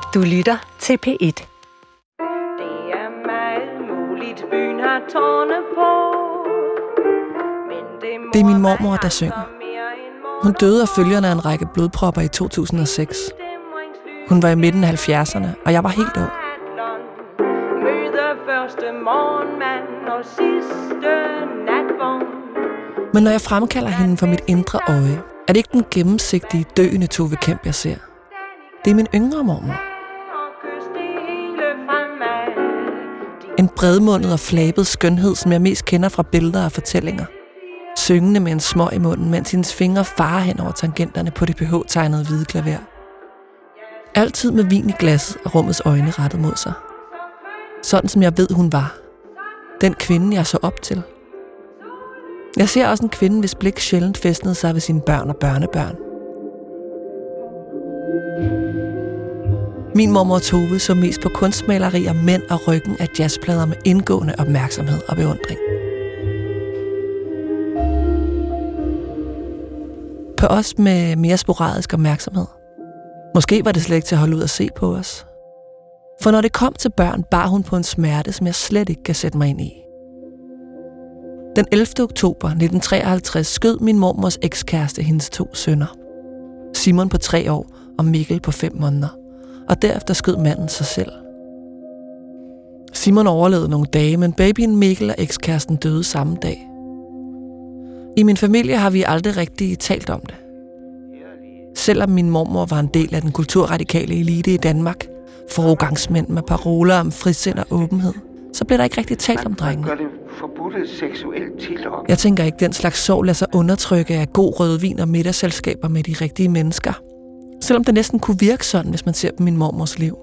Du lytter til P1. Det er meget muligt, byen har tårne på. Det er min mormor, der synger. Hun døde af følgerne af en række blodpropper i 2006. Hun var i midten af 70'erne, og jeg var helt ung. Møder første morgenmand og sidste natvogn. Men når jeg fremkalder hende for mit indre øje, er det ikke den gennemsigtige, døende Tove Kemp, jeg ser. Det er min yngre mormor. En bredmundet og flabet skønhed, som jeg mest kender fra billeder og fortællinger. Syngende med en smøg i munden, mens hendes fingre farer hen over tangenterne på det pH-tegnede hvide klaver. Altid med vin i glasset og rummets øjne rettet mod sig. Sådan som jeg ved, hun var. Den kvinde, jeg så op til. Jeg ser også en kvinde, hvis blik sjældent fæstnede sig ved sine børn og børnebørn. Min mormor Tove så mest på kunstmalerier, mænd og ryggen af jazzplader med indgående opmærksomhed og beundring. På os med mere sporadisk opmærksomhed. Måske var det slet ikke til at holde ud og se på os. For når det kom til børn, bar hun på en smerte, som jeg slet ikke kan sætte mig ind i. Den 11. oktober 1953 skød min mormors ekskæreste hendes 2 sønner. Simon på 3 år og Mikkel på 5 måneder. Og derefter skød manden sig selv. Simon overlevede nogle dage, men babyen Mikkel og ekskæresten døde samme dag. I min familie har vi aldrig rigtig talt om det. Selvom min mormor var en del af den kulturradikale elite i Danmark, foregangsmænd med paroler om frisind og åbenhed, så blev der ikke rigtig talt om drengene. Jeg tænker ikke, den slags sorg lader sig undertrykke af god rødvin og middagsselskaber med de rigtige mennesker. Selvom det næsten kunne virke sådan, hvis man ser på min mormors liv.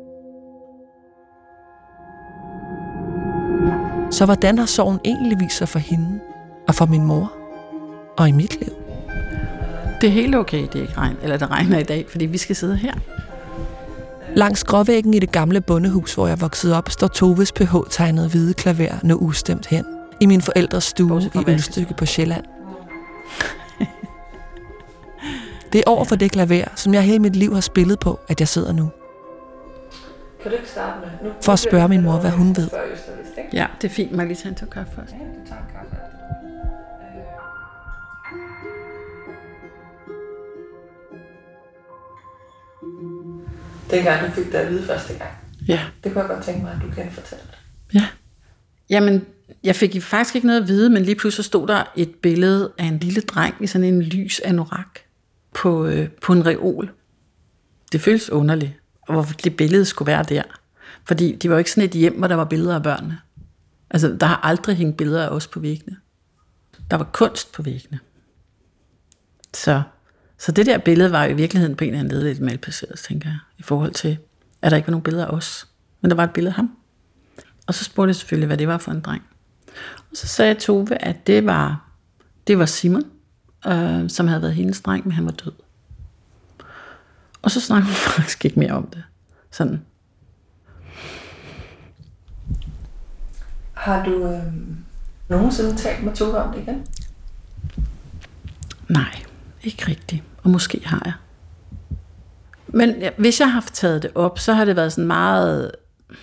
Så hvordan har sorgen egentlig vist sig for hende og for min mor og i mit liv? Det er helt okay, det ikke regner, eller det regner i dag, fordi vi skal sidde her. Langs gråvæggen i det gamle bondehus, hvor jeg voksede op, står Toves pH-tegnede hvide klaver nu ustemt hen. I min forældres stue i Ølstykke på Sjælland. Det er over for det klaver, som jeg hele mit liv har spillet på, at jeg sidder nu. Kan du ikke starte med? For at spørge min mor, hvad hun ved. Ja, det er fint. Må jeg lige tage en tår kaffe først? Dengang du fik det at vide første gang. Ja. Det kunne jeg godt tænke mig, at du kan fortælle det. Ja. Jamen, jeg fik faktisk ikke noget at vide, men lige pludselig stod der et billede af en lille dreng i sådan en lys anorak på en reol. Det føles underligt, hvorfor det billede skulle være der. Fordi det var jo ikke sådan et hjem, hvor der var billeder af børnene. Altså, der har aldrig hængt billeder af os på væggene. Der var kunst på væggene. Så det der billede var jo i virkeligheden på en eller anden led lidt malplaceret, tænker jeg, i forhold til, at der ikke var nogen billeder af os. Men der var et billede af ham. Og så spurgte jeg selvfølgelig, hvad det var for en dreng. Og så sagde Tove, at det var Simon, som havde været hendes dreng, men han var død. Og så snakkede hun faktisk ikke mere om det. Sådan. Har du nogensinde talt med Tove om det igen? Nej, ikke rigtigt. Og måske har jeg. Men hvis jeg har taget det op, så har det været sådan meget,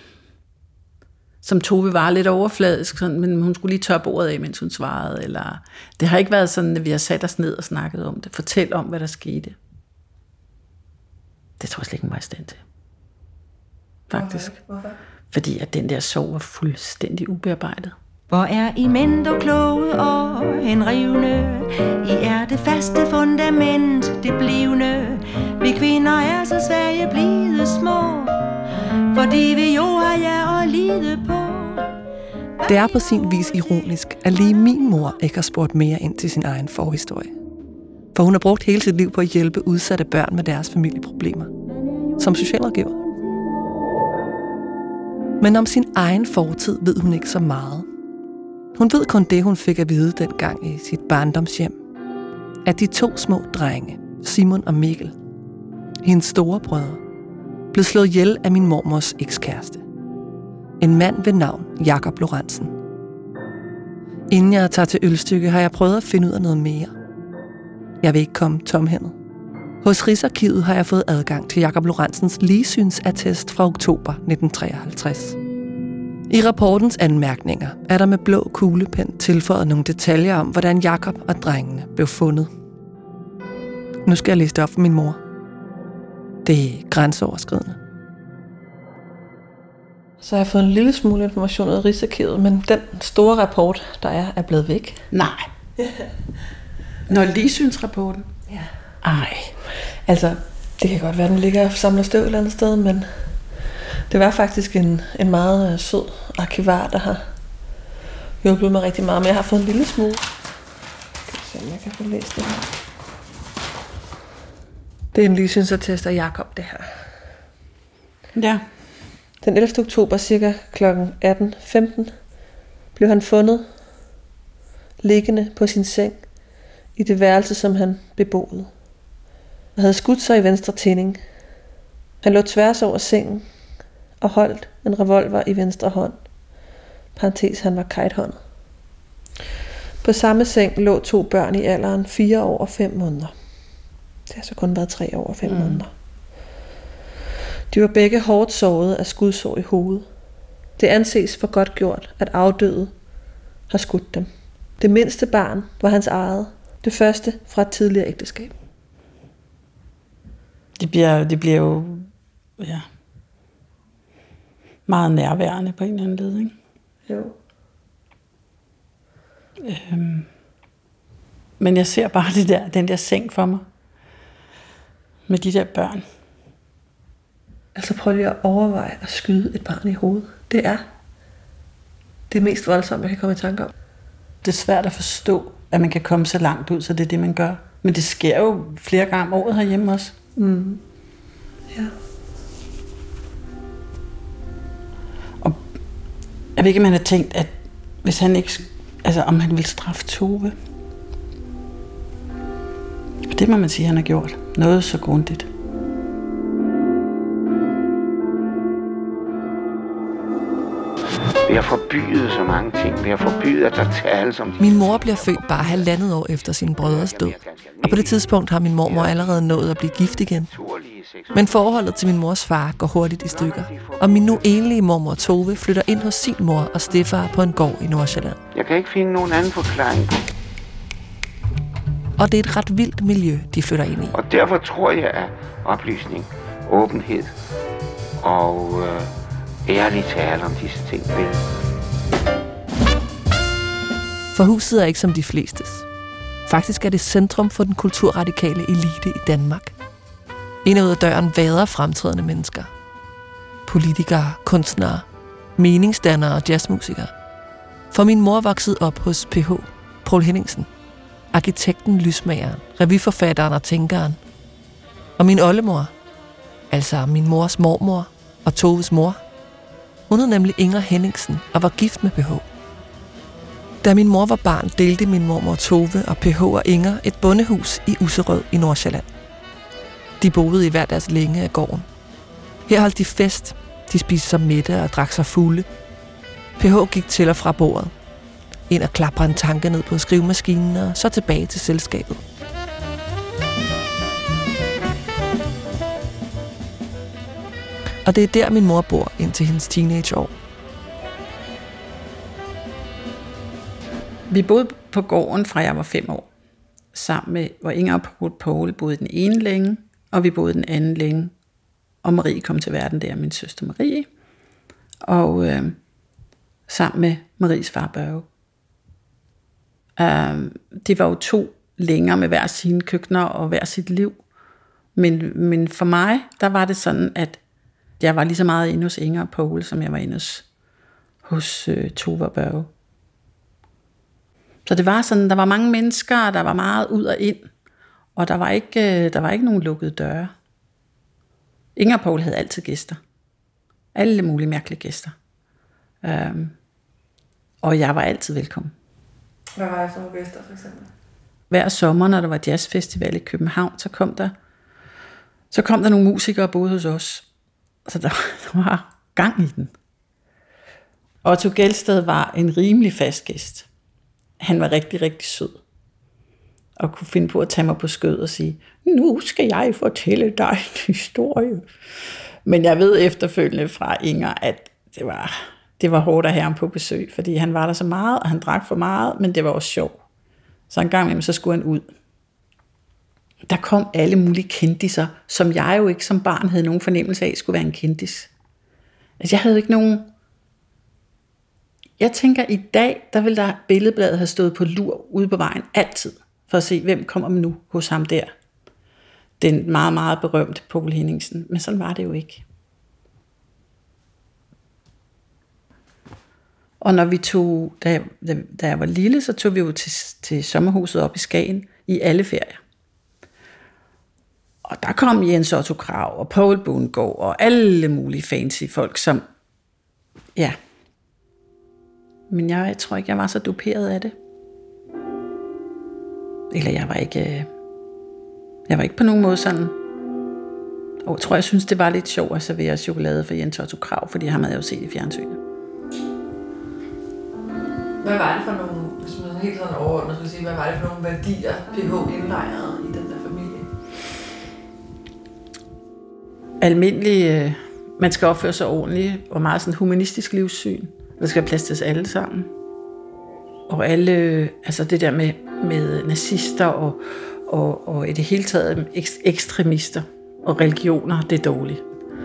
som Tove var, lidt overfladisk, sådan, men hun skulle lige tørre bordet af, mens hun svarede. Eller det har ikke været sådan, at vi har sat os ned og snakket om det. Fortæl om, hvad der skete. Det tror jeg slet ikke, hun var i stand til. Faktisk. Hvorfor? Fordi at den der sorg var fuldstændig ubearbejdet. Hvor er I mindre kloge og henrivende? I er det faste fundament, det blivende. Vi kvinder er så svage blide små, fordi vi jo har jer at lide på. Det er på sin vis ironisk, at lige min mor ikke har spurgt mere ind til sin egen forhistorie. For hun har brugt hele sit liv på at hjælpe udsatte børn med deres familieproblemer. Som socialrådgiver. Men om sin egen fortid ved hun ikke så meget. Hun ved kun det, hun fik at vide dengang i sit barndomshjem. At de 2 små drenge, Simon og Mikkel, hendes store brødre, blev slået ihjel af min mormors ekskæreste. En mand ved navn Jakob Lorentzen. Inden jeg tager til Ølstykke, har jeg prøvet at finde ud af noget mere. Jeg vil ikke komme tomhændet. Hos Rigsarkivet har jeg fået adgang til Jakob Lorentzens ligsynsattest fra oktober 1953. I rapportens anmærkninger er der med blå kuglepen tilføjet nogle detaljer om, hvordan Jakob og drengene blev fundet. Nu skal jeg læse det op for min mor. Det er grænseoverskridende. Så har jeg fået en lille smule information ud af Rigsarkivet, men den store rapport, der er blevet væk. Nej. Når ligsynsrapporten? Ja. Ej. Altså, det kan godt være, den ligger og samler støv et eller andet sted, men det var faktisk en meget sød arkivar, der har hjulpet mig rigtig meget. Men jeg har fået en lille smule. Skal vi se, om jeg kan få læst det her. Det er en ligsynsattest af Jakob, det her. Ja. Den 11. oktober, cirka kl. 18:15, blev han fundet liggende på sin seng i det værelse, som han beboede. Han havde skudt sig i venstre tinding. Han lå tværs over sengen og holdt en revolver i venstre hånd. Parentes, han var kajthåndet. På samme seng lå 2 børn i alderen 4 år og 5 måneder. Det har så kun været 3 år og 5 måneder. De var begge hårdt såret af skudsår i hovedet. Det anses for godt gjort, at afdøde har skudt dem. Det mindste barn var hans eget. Det første fra et tidligere ægteskab. Det bliver jo meget nærværende på en eller anden led, ikke? Jo. Men jeg ser bare den der seng for mig. Med de der børn. Altså prøv lige at overveje at skyde et barn i hovedet. Det er det mest voldsomme, jeg kan komme i tanke om. Det er svært at forstå, at man kan komme så langt ud, så det er det, man gør. Men det sker jo flere gange om året herhjemme også. Mm. Ja. Og jeg ved ikke, om han har tænkt, at hvis han ikke... Altså, om han ville straffe Tove. Det må man sige, han har gjort. Noget så grundigt. Vi har forbydet så mange ting. Vi har forbydet, at der tales om... Min mor bliver født bare 1,5 år efter sin brødres død. Og på det tidspunkt har min mormor allerede nået at blive gift igen. Men forholdet til min mors far går hurtigt i stykker. Og min nu enlige mormor Tove flytter ind hos sin mor og stedfar på en gård i Nordsjælland. Jeg kan ikke finde nogen anden forklaring på. Og det er et ret vildt miljø, de flytter ind i. Og derfor tror jeg, at oplysning, åbenhed og ærlig tale om disse ting vil. For huset er ikke som de flestes. Faktisk er det centrum for den kulturradikale elite i Danmark. Ind og ud af døren vader fremtrædende mennesker. Politikere, kunstnere, meningsdannere og jazzmusikere. For min mor voksede op hos P.H. Poul Henningsen. Arkitekten, lysmageren, revyforfatteren og tænkeren. Og min oldemor, altså min mors mormor og Toves mor, hun hed nemlig Inger Henningsen og var gift med P.H. Da min mor var barn, delte min mormor Tove og P.H. og Inger et bondehus i Usserød i Nordsjælland. De boede i hver deres længe af gården. Her holdt de fest, de spiste sig middag og drak sig fulde. P.H. gik til og fra bordet. Ind og klapper en tanke ned på skrivemaskinen og så tilbage til selskabet. Og det er der, min mor bor indtil hendes teenageår. Vi boede på gården fra jeg var 5 år. Sammen med, hvor Inger og Poul boede den ene længe, og vi boede den anden længe. Og Marie kom til verden der, min søster Marie. Og sammen med Maries far Børge. Det var jo 2 længer med hver sine køkkener og hver sit liv. Men for mig, der var det sådan, at jeg var lige så meget inde hos Inger og Poul, som jeg var inde hos Tove og Børge. Så det var sådan, der var mange mennesker, og der var meget ud og ind. Og der var ikke nogen lukkede døre. Inger og Poul havde altid gæster. Alle mulige mærkelige gæster. Og jeg var altid velkommen. Hvad var jeg for nogle gæster, for eksempel? Hver sommer, når der var jazzfestival i København, så kom der nogle musikere både hos os. Så der var gang i den. Otto Gelsted var en rimelig fast gæst. Han var rigtig, rigtig sød. og kunne finde på at tage mig på skød og sige, nu skal jeg fortælle dig en historie. Men jeg ved efterfølgende fra Inger, at det var hårdt at have ham på besøg, fordi han var der så meget, og han drak for meget, men det var også sjovt. Så en gang imellem, så skulle han ud. Der kom alle mulige kendiser, som jeg jo ikke som barn havde nogen fornemmelse af, skulle være en kendis. Altså jeg havde ikke nogen... Jeg tænker, i dag, der ville der Billedbladet have stået på lur ude på vejen altid, for at se, hvem kommer nu hos ham der. Den meget, meget berømte Poul Henningsen. Men sådan var det jo ikke. Og når vi tog, da jeg var lille, så tog vi jo til sommerhuset op i Skagen i alle ferier. Og der kom Jens Otto Krag og Poul Bundgaard og alle mulige fancy folk, som, ja. Men jeg tror ikke, jeg var så duperet af det. Eller jeg var ikke på nogen måde sådan. Og jeg tror, jeg synes, det var lidt sjovt at servere chokolade for Jens Otto Krag, fordi ham havde jeg jo set i fjernsynet. Hvad var det for nogle, hvis man helt sådan overordnet skulle sige, hvad var det for nogle værdier, PH indlejrede i den der familie? Almindelig, man skal opføre sig ordentligt, og meget sådan humanistisk livssyn. Der skal være plads til os alle sammen. Og alle, altså det der med nazister og i det hele taget ekstremister og religioner, det er dårligt.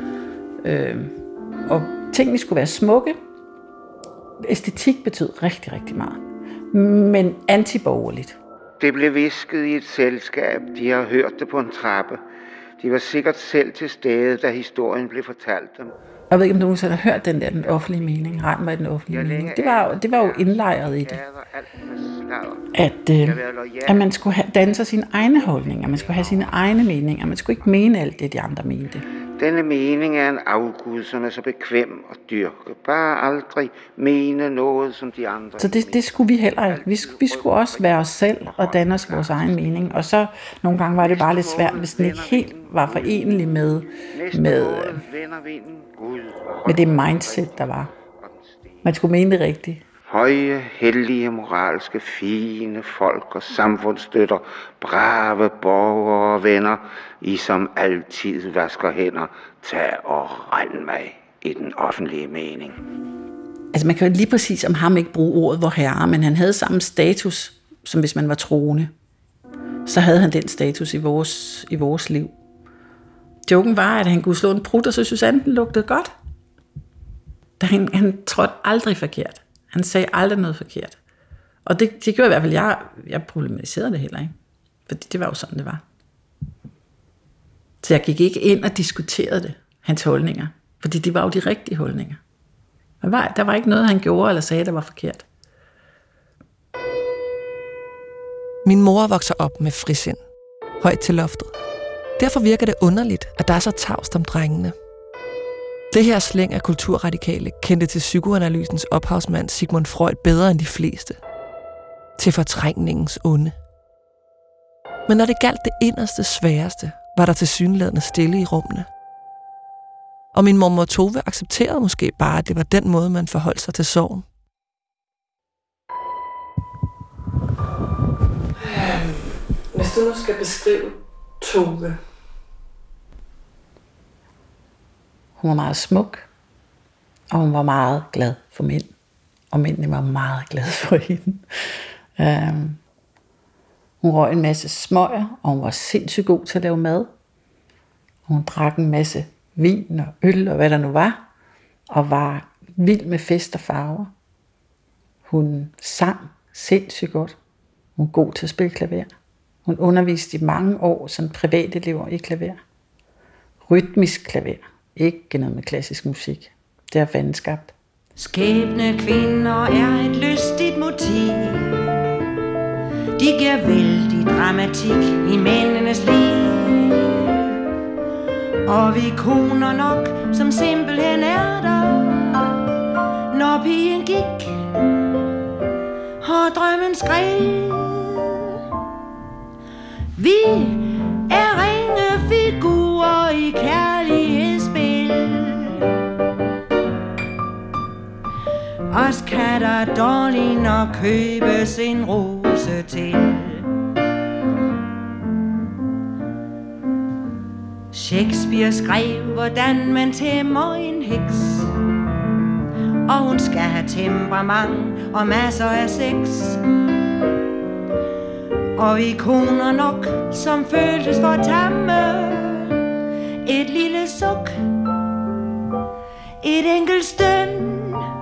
Og tingene skulle være smukke. Æstetik betød rigtig, rigtig meget. Men antiborgerligt. Det blev visket i et selskab. De har hørt det på en trappe. De var sikkert selv til stede, da historien blev fortalt dem. Jeg ved ikke, om du nogensinde har hørt den offentlige mening. Retten var den offentlige mening. Det var jo indlejret i det. At man skulle danne sig sine egne holdninger. Man skulle have sine egne meninger. Man skulle ikke mene alt det, de andre mente. Denne mening er en afgud, som er så bekvem og dyrke. Bare aldrig mene noget, som de andre. Så det skulle vi heller ikke. Vi skulle også være os selv og danne os vores egen mening. Og så nogle gange var det bare lidt svært, hvis den ikke helt var forenelig med det mindset, der var. Man skulle mene det rigtigt. Høje, hellige, moralske, fine folk og samfundsstøtter, brave borgere og venner, I som altid vasker hænder, tag og rend mig i den offentlige mening. Altså man kan jo lige præcis om ham ikke bruge ordet vor herre, men han havde samme status, som hvis man var troende. Så havde han den status i vores liv. Joken var, at han kunne slå en prut, og så synes han, den lugtede godt. Han trådte aldrig forkert. Han sagde aldrig noget forkert. Og det gjorde i hvert fald, jeg problematiserede det heller ikke. Fordi det var jo sådan, det var. Så jeg gik ikke ind og diskuterede det, hans holdninger. Fordi det var jo de rigtige holdninger. Der var ikke noget, han gjorde eller sagde, der var forkert. Min mor vokser op med frisind. Højt til loftet. Derfor virker det underligt, at der er så tavst om drengene. Det her slæng af kulturradikale kendte til psykoanalysens ophavsmand Sigmund Freud bedre end de fleste. Til fortrængningens onde. Men når det galt det inderste sværeste, var der tilsyneladende stille i rummene. Og min mormor Tove accepterede måske bare, at det var den måde, man forholdt sig til sorgen. Hvis du nu skal beskrive Tove. Hun var meget smuk, og hun var meget glad for mænd. Og mændene var meget glade for hende. Hun røg en masse smøger, og hun var sindssygt god til at lave mad. Hun drak en masse vin og øl og hvad der nu var, og var vild med fest og farver. Hun sang sindssygt godt. Hun var god til at spille klaver. Hun underviste i mange år som privatelever i klaver. Rytmisk klaver. Ikke noget med klassisk musik. Det er fanden skabt. Skæbne kvinder er et lystigt motiv. De giver vældig dramatik i mændenes liv. Og vi koner nok, som simpelthen er der, når pigen gik og drømmen skred. Vi er rene figurer i kærlighedsspil. Os kan der dårligt nok købes en rose til. Shakespeare skrev, hvordan man tæmmer en heks. Og hun skal have temperament og masser af sex. Og ikoner nok, som føltes for tamme. Et lille suk, et enkelt støn.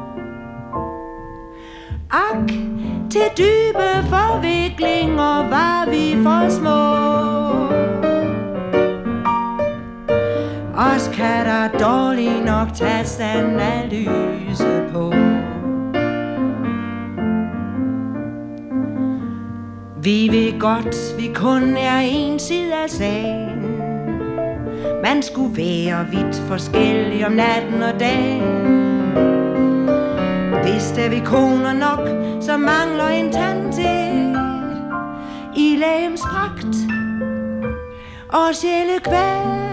Ak, til dybe forviklinger var vi for små. Os kan der dårligt nok tages analyse på. Vi ved godt, vi kun er en side af sagen. Man skulle være vidt forskellig om natten og dagen. Hvis der vi koner nok, så mangler en tand til i legemspragt og sjælekval.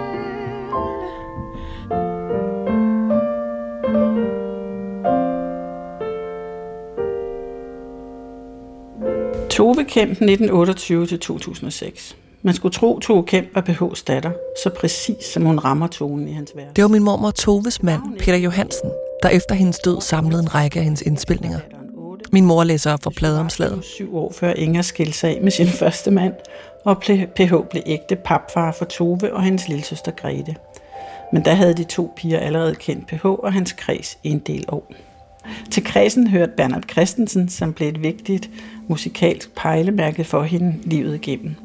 Tove Kemp 1928-2006. Man skulle tro, Tove Kemp var P.H.'s datter, så præcis som hun rammer tonen i hans værk. Det var min mormor Toves mand, Peter Johansen, der efter hendes død samlede en række af hendes indspilninger. Min mor læser op fra pladeomslaget. 7 år før Inger skilte sig af med sin første mand, og P.H. blev ægte papfar for Tove og hendes lillesøster Grete. Men der havde de 2 piger allerede kendt P.H. og hans kreds i en del år. Til kredsen hørte Bernhard Christensen, som blev et vigtigt musikalsk pejlemærke for hende livet igennem.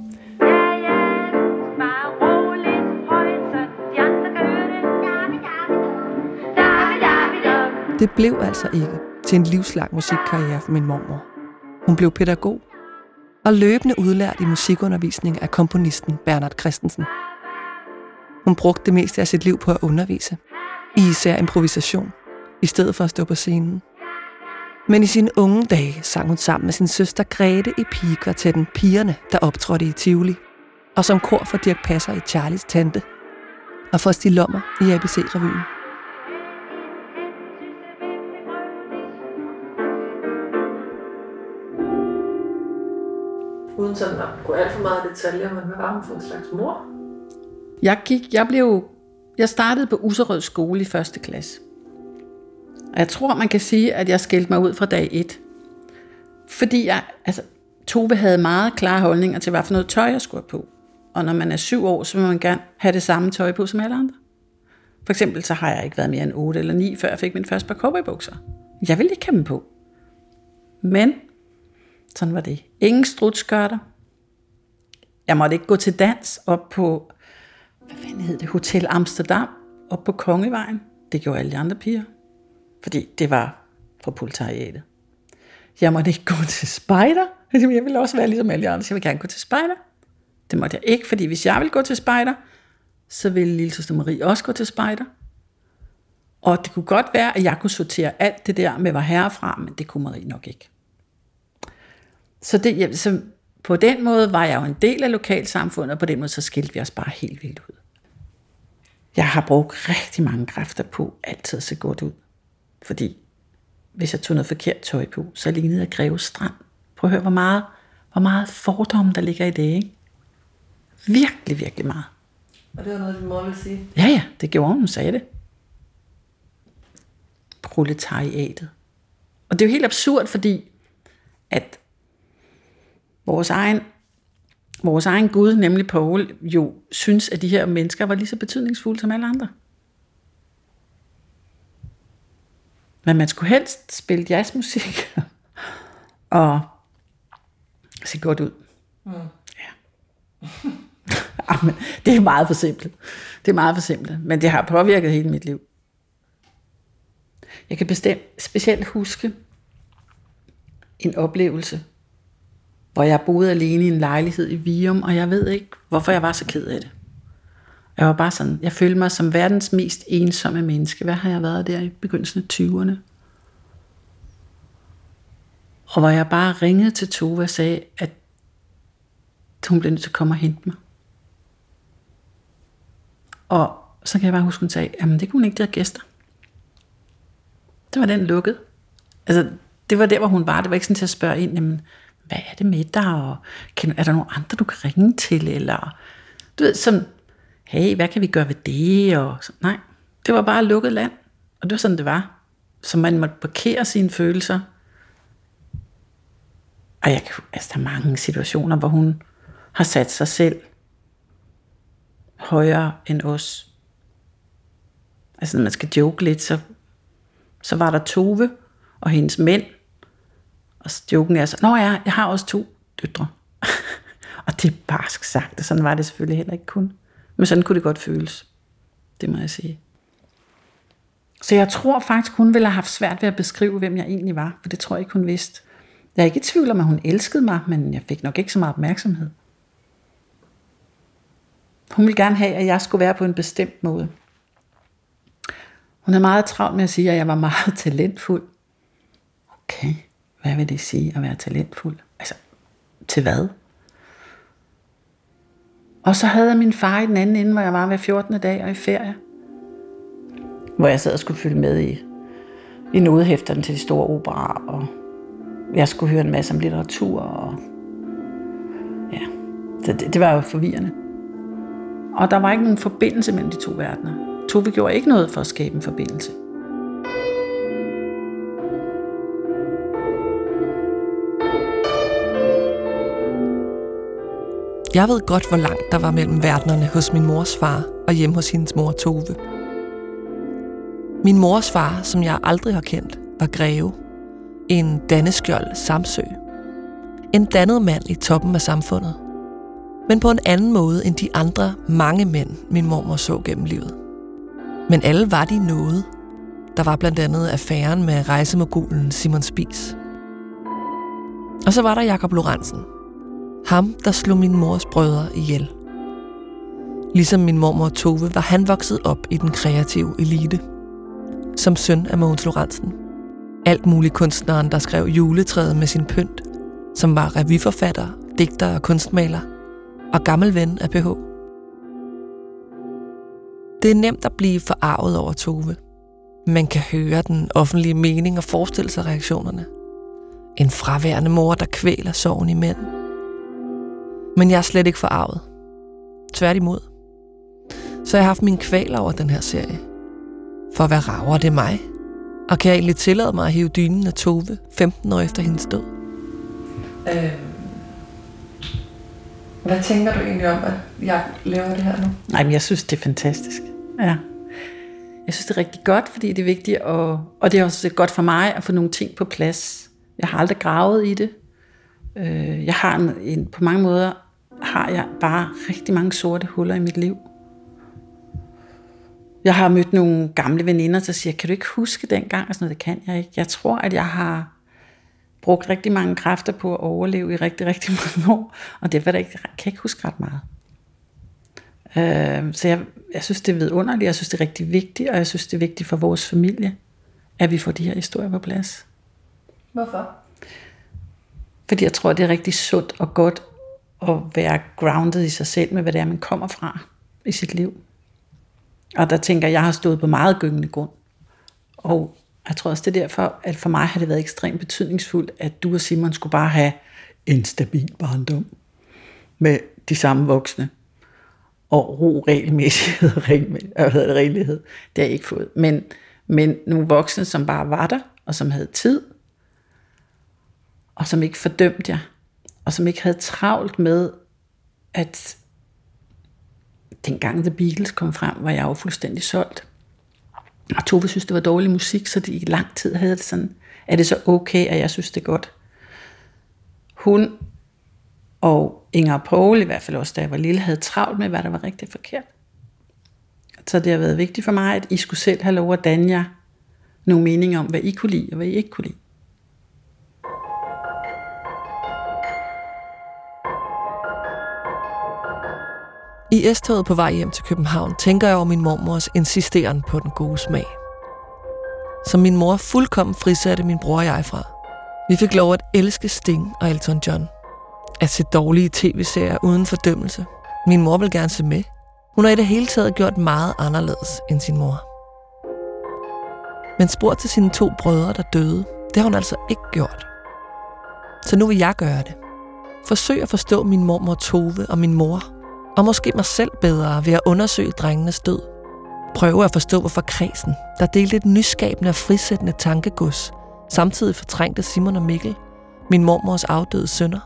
Det blev altså ikke til en livslang musikkarriere for min mormor. Hun blev pædagog og løbende udlært i musikundervisning af komponisten Bernhard Christensen. Hun brugte det meste af sit liv på at undervise, i især improvisation, i stedet for at stå på scenen. Men i sine unge dage sang hun sammen med sin søster Grete i pigekvartetten Pigerne, der optrådte i Tivoli, og som kor for Dirch Passer i Charlies Tante, og for Stig Lommer i ABC-revyen. Uden sådan at gå alt for meget i detaljer, men hvad var hun for en slags mor? Jeg startede på Usserød skole i 1. klasse. Og jeg tror, man kan sige, at jeg skilte mig ud fra dag 1. Fordi Tove havde meget klare holdninger til, hvad for noget tøj jeg skulle have på. Og når man er 7 år, så vil man gerne have det samme tøj på som alle andre. For eksempel så har jeg ikke været mere end 8 eller 9, før jeg fik min første par cowboybukser. Jeg ville ikke have dem på. Men sådan var det. Ingen strutskørter. Jeg måtte ikke gå til dans op på, Hotel Amsterdam, op på Kongevejen. Det gjorde alle de andre piger. Fordi det var fra proletariatet. Jeg måtte ikke gå til spejder. Jeg ville også være ligesom alle de andre. Jeg ville gerne gå til spejder. Det måtte jeg ikke, fordi hvis jeg ville gå til spejder, så ville lillesøster Marie også gå til spejder. Og det kunne godt være, at jeg kunne sortere alt det der med var herfra, men det kunne Marie nok ikke. Så på den måde var jeg jo en del af lokalsamfundet, og på den måde så skilte vi os bare helt vildt ud. Jeg har brugt rigtig mange kræfter på altid at se godt ud. Fordi hvis jeg tog noget forkert tøj på, så lignede jeg Greve Strand. Prøv at høre, hvor meget fordom der ligger i det, ikke? Virkelig, virkelig meget. Og det var noget, din mor ville sige? Ja, det gjorde hun sagde det. Proletariatet. Og det er jo helt absurd, fordi at vores egen Gud, nemlig Poul, jo synes, at de her mennesker var lige så betydningsfulde som alle andre. Men man skulle helst spille jazzmusik og se godt ud. Ja. Amen, det er meget for simpelt. Men det har påvirket hele mit liv. Jeg kan specielt huske en oplevelse, hvor jeg boede alene i en lejlighed i Virum, og jeg ved ikke, hvorfor jeg var så ked af det. Jeg var bare sådan, jeg følte mig som verdens mest ensomme menneske. Hvad har jeg været der i begyndelsen af 20'erne? Og hvor jeg bare ringede til Tove og sagde, at hun blev nødt til at komme og hente mig. Og så kan jeg bare huske, hun sagde, jamen det kunne hun ikke, der gæster. Det var den lukket. Altså, det var der, hvor hun var. Det var ikke sådan til at spørge ind, jamen, hvad er det med dig? Og er der nogen andre, du kan ringe til? Eller, du ved, som, hey, hvad kan vi gøre ved det? Og så, nej, det var bare lukket land. Og det var sådan, det var. Så man måtte parkere sine følelser. Og der er mange situationer, hvor hun har sat sig selv højere end os. Altså, når man skal joke lidt, så var der Tove og hendes mænd. Og joken er så, nå ja, jeg har også 2 døtre. Og det er barsk sagt, og sådan var det selvfølgelig heller ikke kun. Men sådan kunne det godt føles. Det må jeg sige. Så jeg tror faktisk, hun ville have haft svært ved at beskrive, hvem jeg egentlig var. For det tror jeg ikke, hun vidste. Jeg er ikke i tvivl om, at hun elskede mig, men jeg fik nok ikke så meget opmærksomhed. Hun ville gerne have, at jeg skulle være på en bestemt måde. Hun er meget travlt med at sige, at jeg var meget talentfuld. Okay, hvad vil det sige at være talentfuld? Altså, til hvad? Og så havde jeg min far i den anden ende, hvor jeg var hver 14. dag og i ferie. Hvor jeg sad og skulle følge med i nodehæfterne til de store operaer, og jeg skulle høre en masse om litteratur, og ja, det var jo forvirrende. Og der var ikke nogen forbindelse mellem de 2 verdener. Tove gjorde ikke noget for at skabe en forbindelse. Jeg ved godt, hvor langt der var mellem verdenerne hos min mors far og hjemme hos hendes mor Tove. Min mors far, som jeg aldrig har kendt, var greve. En danneskjold Samsø. En dannet mand i toppen af samfundet. Men på en anden måde end de andre mange mænd, min mormor så gennem livet. Men alle var de noget. Der var blandt andet affæren med rejsemogulen Simon Spies. Og så var der Jakob Lorentzen. Ham, der slog min mors brødre ihjel. Ligesom min mormor Tove var han vokset op i den kreative elite. Som søn af Mogens Lorentzen. Alt muligt kunstneren, der skrev Juletræet med sin pynt. Som var revyforfatter, digter og kunstmaler. Og gammel ven af PH. Det er nemt at blive forarvet over Tove. Man kan høre den offentlige mening og forestille sig reaktionerne. En fraværende mor, der kvæler sorgen i mænd. Men jeg er slet ikke forarvet. Tværtimod. Så jeg har haft mine kvaler over den her serie. For hvad rager det mig? Og kan jeg egentlig tillade mig at hive dynen af Tove 15 år efter hendes død? Hvad tænker du egentlig om, at jeg laver det her nu? Nej, men jeg synes, det er fantastisk. Ja. Jeg synes, det er rigtig godt, fordi det er vigtigt, og det er også godt for mig at få nogle ting på plads. Jeg har aldrig gravet i det. Jeg har på mange måder har jeg bare rigtig mange sorte huller i mit liv. Jeg har mødt nogle gamle veninder, der siger, kan du ikke huske dengang? Og sådan noget, det kan jeg ikke. Jeg tror, at jeg har brugt rigtig mange kræfter på at overleve i rigtig, rigtig mange år. Og det var der ikke, jeg kan ikke huske ret meget. Så jeg synes, det er vidunderligt. Jeg synes, det er rigtig vigtigt, og jeg synes, det er vigtigt for vores familie, at vi får de her historier på plads. Hvorfor? Fordi jeg tror, det er rigtig sundt og godt at være grounded i sig selv med, hvad det er, man kommer fra i sit liv. Og der tænker jeg har stået på meget gyngende grund. Og jeg tror også, det er derfor, at for mig har det været ekstremt betydningsfuldt, at du og Simon skulle bare have en stabil barndom med de samme voksne. Og ro, regelmæssighed og renlighed. Det har jeg ikke fået. Men nogle voksne, som bare var der, og som havde tid, og som ikke fordømte jer, og som ikke havde travlt med, at dengang The Beatles kom frem, var jeg jo fuldstændig solgt. Og Tove synes, det var dårlig musik, så de i lang tid havde det sådan, er det så okay, at jeg synes, det er godt? Hun og Inger og Poul, i hvert fald også da jeg var lille, havde travlt med, hvad der var rigtig forkert. Så det har været vigtigt for mig, at I skulle selv have lov at danne jer nogle meninger om, hvad I kunne lide, og hvad I ikke kunne lide. I S-toget på vej hjem til København tænker jeg over min mormors insisteren på den gode smag. Som min mor fuldkommen frisatte min bror og jeg fra. Vi fik lov at elske Sting og Elton John. At se dårlige tv-serier uden fordømmelse. Min mor vil gerne se med. Hun har i det hele taget gjort meget anderledes end sin mor. Men spurgt til sine 2 brødre, der døde, det har hun altså ikke gjort. Så nu vil jeg gøre det. Forsøg at forstå min mormor Tove og min mor, Og måske mig selv bedre ved at undersøge drengenes død. Prøve at forstå, hvorfor kredsen, der delte et nyskabende og frisættende tankegods, samtidig fortrængte Simon og Mikkel, min mormors afdøde sønner.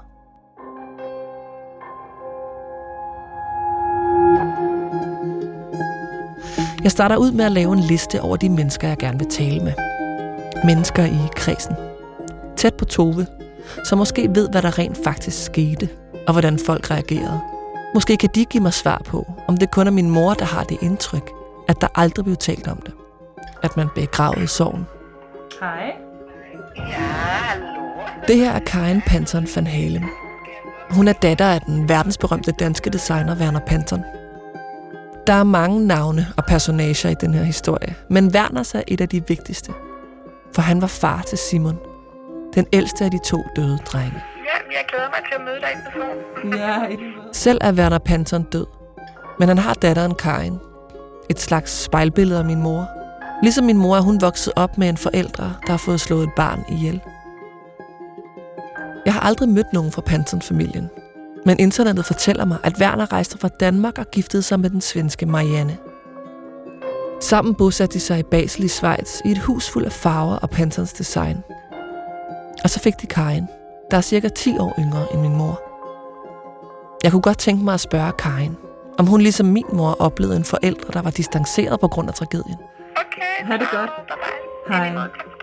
Jeg starter ud med at lave en liste over de mennesker, jeg gerne vil tale med. Mennesker i kredsen. Tæt på Tove, som måske ved, hvad der rent faktisk skete, og hvordan folk reagerede. Måske kan de give mig svar på, om det kun er min mor, der har det indtryk, at der aldrig blev talt om det. At man begravede sorgen. Hej. Ja, hallo. Det her er Karin Panton van Halem. Hun er datter af den verdensberømte danske designer Werner Panton. Der er mange navne og personager i den her historie, men Werners er et af de vigtigste. For han var far til Simon, den ældste af de 2 døde drenge. Ja, jeg glæder mig til at møde dig i person. Selv er Werner Panton død, men han har datteren Karin. Et slags spejlbillede af min mor. Ligesom min mor er hun vokset op med en forældre, der har fået slået et barn ihjel. Jeg har aldrig mødt nogen fra Panton-familien, men internettet fortæller mig, at Werner rejste fra Danmark og giftede sig med den svenske Marianne. Sammen bosatte de sig i Basel i Schweiz i et hus fuld af farver og Pantons design. Og så fik de Karin, der er cirka 10 år yngre end min mor. Jeg kunne godt tænke mig at spørge Karin, om hun ligesom min mor oplevede en forælder, der var distanceret på grund af tragedien. Okay. Ha' det godt. Hej.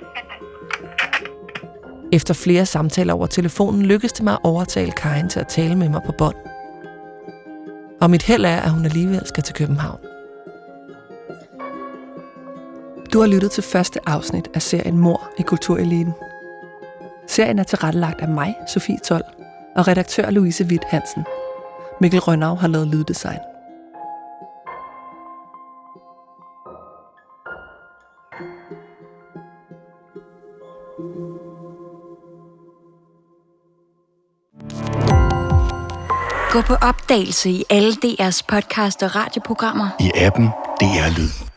Efter flere samtaler over telefonen lykkedes det mig at overtale Karin til at tale med mig på bånd. Og mit held er, at hun alligevel skal til København. Du har lyttet til første afsnit af serien Mord i Kultureliten. Serien er tilrettelagt af mig, Sofie Told, og redaktør Louise Witt Hansen. Mikkel Rønnav har lavet lyddesign. Gå på opdagelse i alle DR's podcast og radioprogrammer. I appen DR Lyd.